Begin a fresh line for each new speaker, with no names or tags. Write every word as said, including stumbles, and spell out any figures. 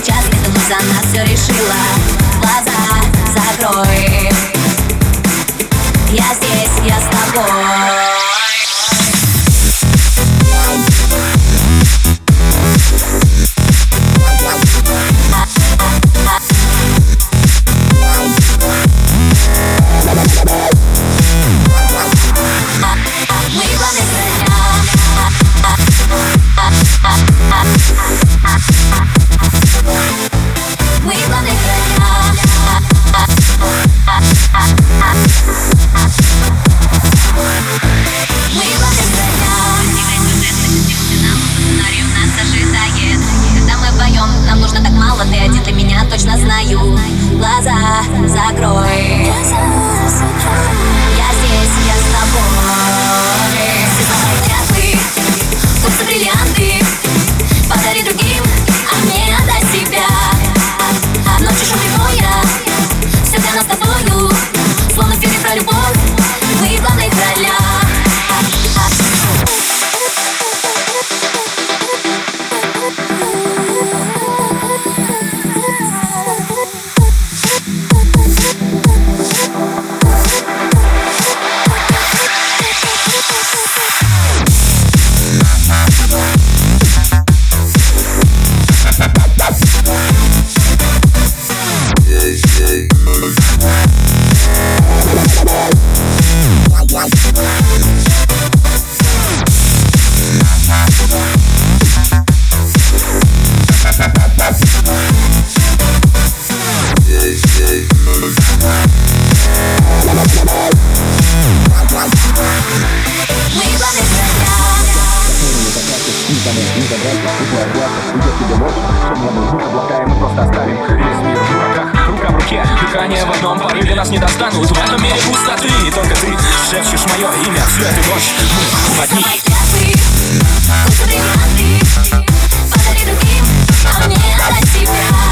сейчас, ведь ты за нас все решила. Глаза закрой, я здесь, я с тобой. Нам нужно так мало, ты один для меня, точно знаю. Глаза закрой, я здесь, я с тобой. Сезонные клятвы, солнце бриллианты, подари другим, а мне отдай себя. Ночью шум прибоя, все для нас с тобою, словно в фильме про любовь, мы в главных ролях.
Дыхание в одном порыве нас не достанут. В этом мире пустоты, и только ты шепчешь мое имя всю эту ночь. Мы одни.
Подари другим, а мне отдай себя.